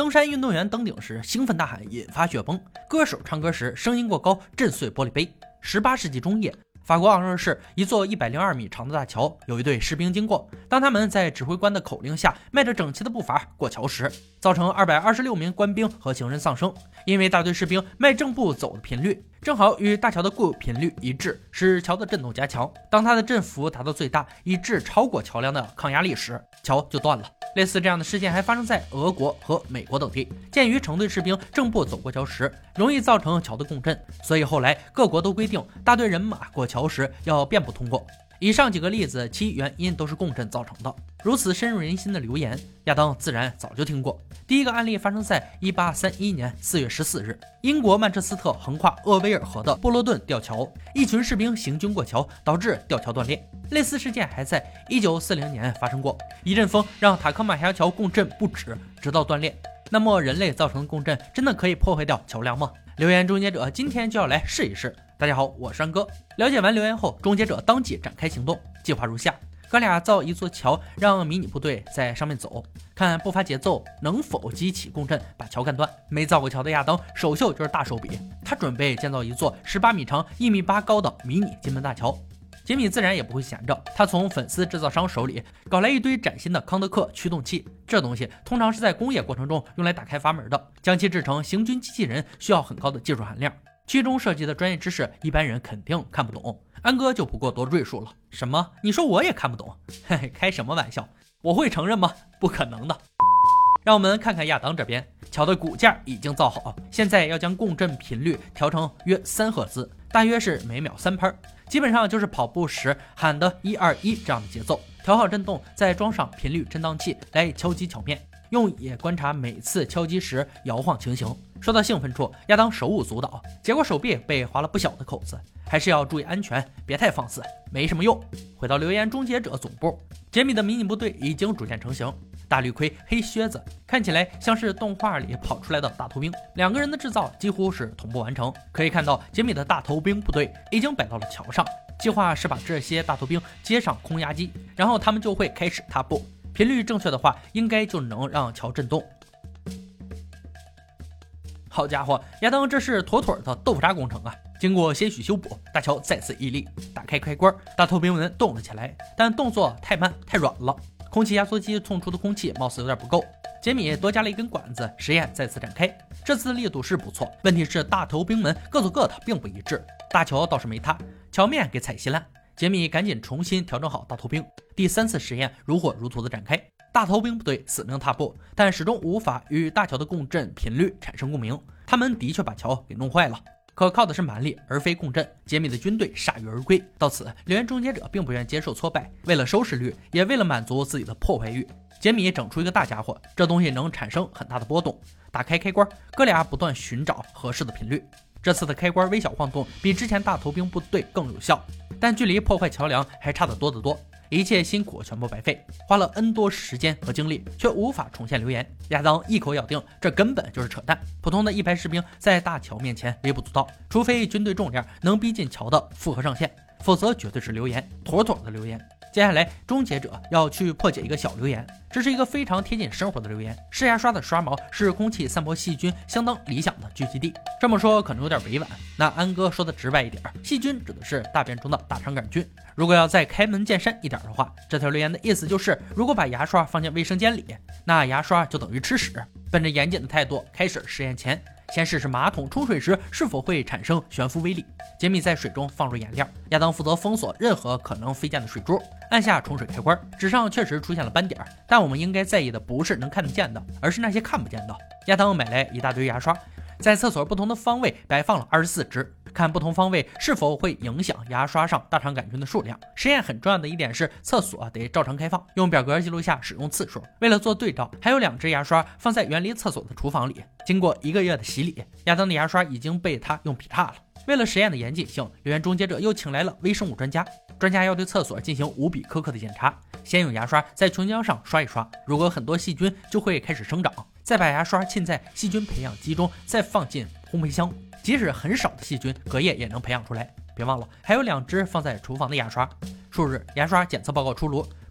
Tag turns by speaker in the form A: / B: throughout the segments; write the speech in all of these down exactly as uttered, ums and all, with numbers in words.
A: 登山运动员登顶时兴奋大喊，引发雪崩；歌手唱歌时声音过高，震碎玻璃杯。十八世纪中叶，法国昂热市一座一百零二米长的大桥，有一队士兵经过。当他们在指挥官的口令下，迈着整齐的步伐过桥时，造成二百二十六名官兵和行人丧生，因为大队士兵迈正步走的频率正好与大桥的固频率一致，使桥的震动加强。当它的振幅达到最大，以致超过桥梁的抗压力时，桥就断了。类似这样的事件还发生在俄国和美国等地。鉴于成队士兵正步走过桥时容易造成桥的共振，所以后来各国都规定大队人马过桥时要遍布通过。以上几个例子，其原因都是共振造成的。如此深入人心的流言，亚当自然早就听过。第一个案例发生在一八三一年四月十四日，英国曼彻斯特横跨厄维尔河的波罗顿吊桥，一群士兵行军过桥，导致吊桥断裂。类似事件还在一九四零年发生过，一阵风让塔科马峡桥共振不止，直到断裂。那么人类造成的共振真的可以破坏掉桥梁吗？留言终结者今天就要来试一试。大家好，我是安哥。了解完留言后，终结者当即展开行动，计划如下：哥俩造一座桥，让迷你部队在上面走，看步伐节奏能否激起共振，把桥干断。没造过桥的亚当首秀就是大手笔，他准备建造一座十八米长、一米八高的迷你金门大桥。杰米自然也不会闲着，他从粉丝制造商手里搞来一堆崭新的康德克驱动器，这东西通常是在工业过程中用来打开阀门的，将其制成行军机器人需要很高的技术含量，其中涉及的专业知识一般人肯定看不懂，安哥就不过多赘述了。什么？你说我也看不懂？嘿嘿，开什么玩笑？我会承认吗？不可能的。让我们看看亚当这边，桥的骨架已经造好，现在要将共振频率调成约三赫兹，大约是每秒三拍，基本上就是跑步时喊的一二一这样的节奏。调好震动，再装上频率振荡器来敲击桥面，用也观察每次敲击时摇晃情形。说到兴奋处，亚当手舞足蹈，结果手臂被划了不小的口子，还是要注意安全，别太放肆，没什么用。回到留言终结者总部，杰米的迷你部队已经逐渐成型，大绿盔、黑靴子，看起来像是动画里跑出来的大头兵。两个人的制造几乎是同步完成，可以看到杰米的大头兵部队已经摆到了桥上，计划是把这些大头兵接上空压机，然后他们就会开始踏步，频率正确的话，应该就能让桥震动。好家伙，亚当这是妥妥的豆腐渣工程啊！经过些许修补，大桥再次屹立，打开开关，大头兵们动了起来，但动作太慢太软了，空气压缩机送出的空气貌似有点不够。杰米多加了一根管子，实验再次展开，这次力度是不错，问题是大头兵们各做各的，并不一致。大桥倒是没塌，桥面给踩稀烂，杰米赶紧重新调整好大头兵。第三次实验如火如荼的展开，大头兵部队死命踏步，但始终无法与大桥的共振频率产生共鸣，他们的确把桥给弄坏了。可靠的是蛮力，而非共振。杰米的军队铩羽而归。到此，留言终结者并不愿接受挫败，为了收视率，也为了满足自己的破坏欲，杰米整出一个大家伙，这东西能产生很大的波动。打开开关，哥俩不断寻找合适的频率。这次的开关微小晃动，比之前大头兵部队更有效，但距离破坏桥梁还差得多得多。一切辛苦全部白费，花了 N 多时间和精力，却无法重现留言。亚当一口咬定，这根本就是扯淡。普通的一排士兵在大桥面前微不足道，除非军队重量能逼近桥的负荷上限，否则绝对是留言，妥妥的留言。接下来，终结者要去破解一个小留言，这是一个非常贴近生活的留言。湿牙刷的刷毛是空气散播细菌相当理想的聚集地。这么说可能有点委婉，那安哥说的直白一点，细菌指的是大便中的大肠杆菌。如果要再开门见山一点的话，这条留言的意思就是，如果把牙刷放进卫生间里，那牙刷就等于吃屎。本着严谨的态度开始实验前，先试试马桶冲水时是否会产生悬浮微粒。杰米在水中放入颜料，亚当负责封锁任何可能飞溅的水珠，按下冲水开关，纸上确实出现了斑点，但我们应该在意的不是能看得见的，而是那些看不见的。亚当买来一大堆牙刷，在厕所不同的方位摆放了二十四支，看不同方位是否会影响牙刷上大肠杆菌的数量。实验很重要的一点是，厕所得照常开放，用表格记录下使用次数。为了做对照，还有两只牙刷放在远离厕所的厨房里。经过一个月的洗礼，亚当的牙刷已经被他用劈叉了。为了实验的严谨性，留言终结者又请来了微生物专家，专家要对厕所进行无比苛刻的检查。先用牙刷在琼浆上刷一刷，如果很多细菌就会开始生长，再把牙刷浸在细菌培养基中，再放进烘焙箱，即使很少的细菌，隔夜也能培养出来。别忘了，还有两只放在厨房的牙刷。数日，牙刷检测报告出炉，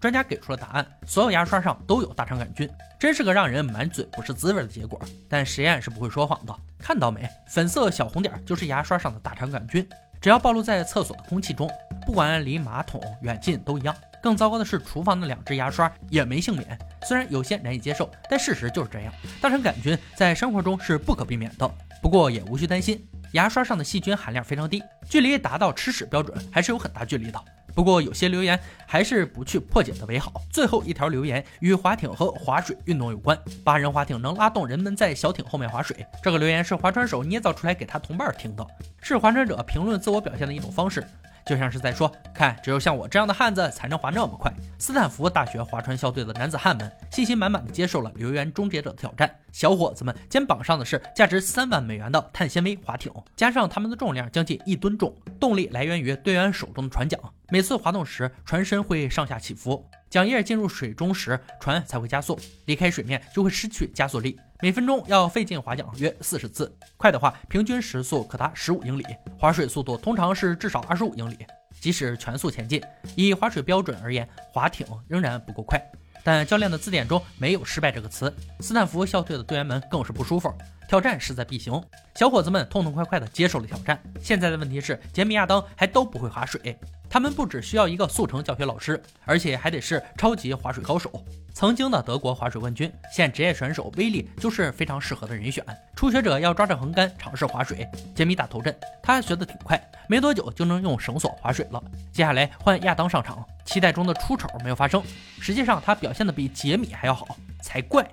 A: 专家给出了答案，所有牙刷上都有大肠杆菌，真是个让人满嘴不是滋味的结果。但实验是不会说谎的，看到没？粉色小红点就是牙刷上的大肠杆菌，只要暴露在厕所的空气中，不管离马桶远近都一样。更糟糕的是，厨房的两只牙刷也没幸免。虽然有些难以接受，但事实就是这样。大肠杆菌在生活中是不可避免的，不过也无需担心，牙刷上的细菌含量非常低，距离达到吃屎标准还是有很大距离的。不过有些留言还是不去破解的为好。最后一条留言与划艇和划水运动有关，八人划艇能拉动人们在小艇后面划水。这个留言是划船手捏造出来给他同伴听的，是划船者评论自我表现的一种方式，就像是在说，看，只有像我这样的汉子才能划那么快。斯坦福大学划船校队的男子汉们信心满满的接受了留言终结者的挑战。小伙子们肩膀上的是价值三万美元的碳纤维划艇，加上他们的重量将近一吨重，动力来源于队员手中的船桨。每次滑动时，船身会上下起伏，桨叶进入水中时，船才会加速，离开水面就会失去加速力。每分钟要费劲划桨约四十次，快的话平均时速可达十五英里，划水速度通常是至少二十五英里。即使全速前进，以划水标准而言，划艇仍然不够快。但教练的字典中没有失败这个词，斯坦福校队的队员们更是不舒服，挑战势在必行。小伙子们痛痛快快地接受了挑战。现在的问题是，杰米亚当还都不会划水，他们不只需要一个速成教学老师，而且还得是超级划水高手。曾经的德国划水冠军，现职业选手威利就是非常适合的人选。初学者要抓着横杆尝试划水，杰米打头阵，他学得挺快，没多久就能用绳索划水了。接下来换亚当上场，期待中的出丑没有发生，实际上他表现得比杰米还要好才怪。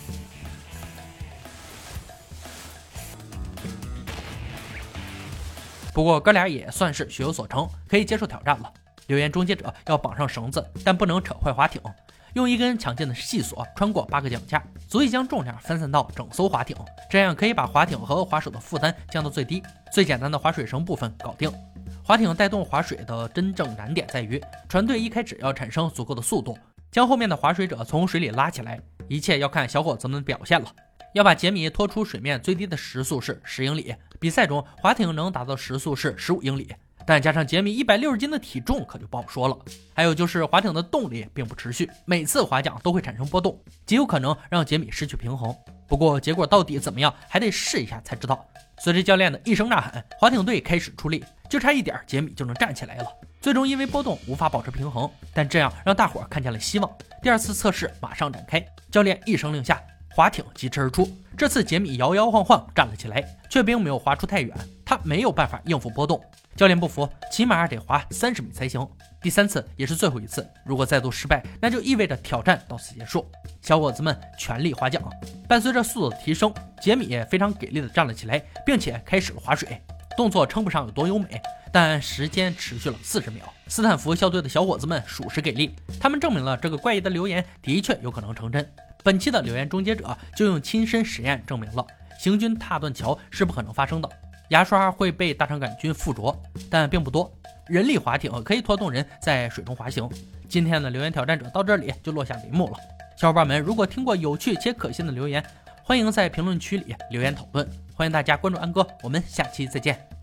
A: 不过哥俩也算是学有所成，可以接受挑战了。留言终结者要绑上绳子，但不能扯坏划艇，用一根强劲的细索穿过八个桨架，足以将重量分散到整艘划艇，这样可以把划艇和划手的负担降到最低。最简单的划水绳部分搞定。划艇带动划水的真正难点在于，船队一开始要产生足够的速度，将后面的划水者从水里拉起来，一切要看小伙子们的表现了。要把杰米拖出水面最低的时速是十英里，比赛中划艇能达到时速是十五英里，但加上杰米一百六十斤的体重可就不好说了。还有就是划艇的动力并不持续，每次划桨都会产生波动，极有可能让杰米失去平衡。不过结果到底怎么样，还得试一下才知道。随着教练的一声呐喊，划艇队开始出力，就差一点杰米就能站起来了。最终因为波动无法保持平衡，但这样让大伙看见了希望。第二次测试马上展开，教练一声令下，划艇疾驰而出。这次杰米摇摇晃晃站了起来，却并没有划出太远，他没有办法应付波动。教练不服，起码得划三十米才行。第三次也是最后一次，如果再度失败，那就意味着挑战到此结束。小伙子们全力划桨，伴随着速度的提升，杰米也非常给力地站了起来，并且开始了划水。动作称不上有多优美，但时间持续了四十秒。斯坦福校队的小伙子们属实给力，他们证明了这个怪异的留言的确有可能成真。本期的留言终结者就用亲身实验证明了行军踏断桥是不可能发生的。牙刷会被大肠杆菌附着，但并不多。人力划艇可以拖动人在水中滑行。今天的留言挑战者到这里就落下帷幕了。小伙伴们，如果听过有趣且可信的留言，欢迎在评论区里留言讨论。欢迎大家关注安哥，我们下期再见。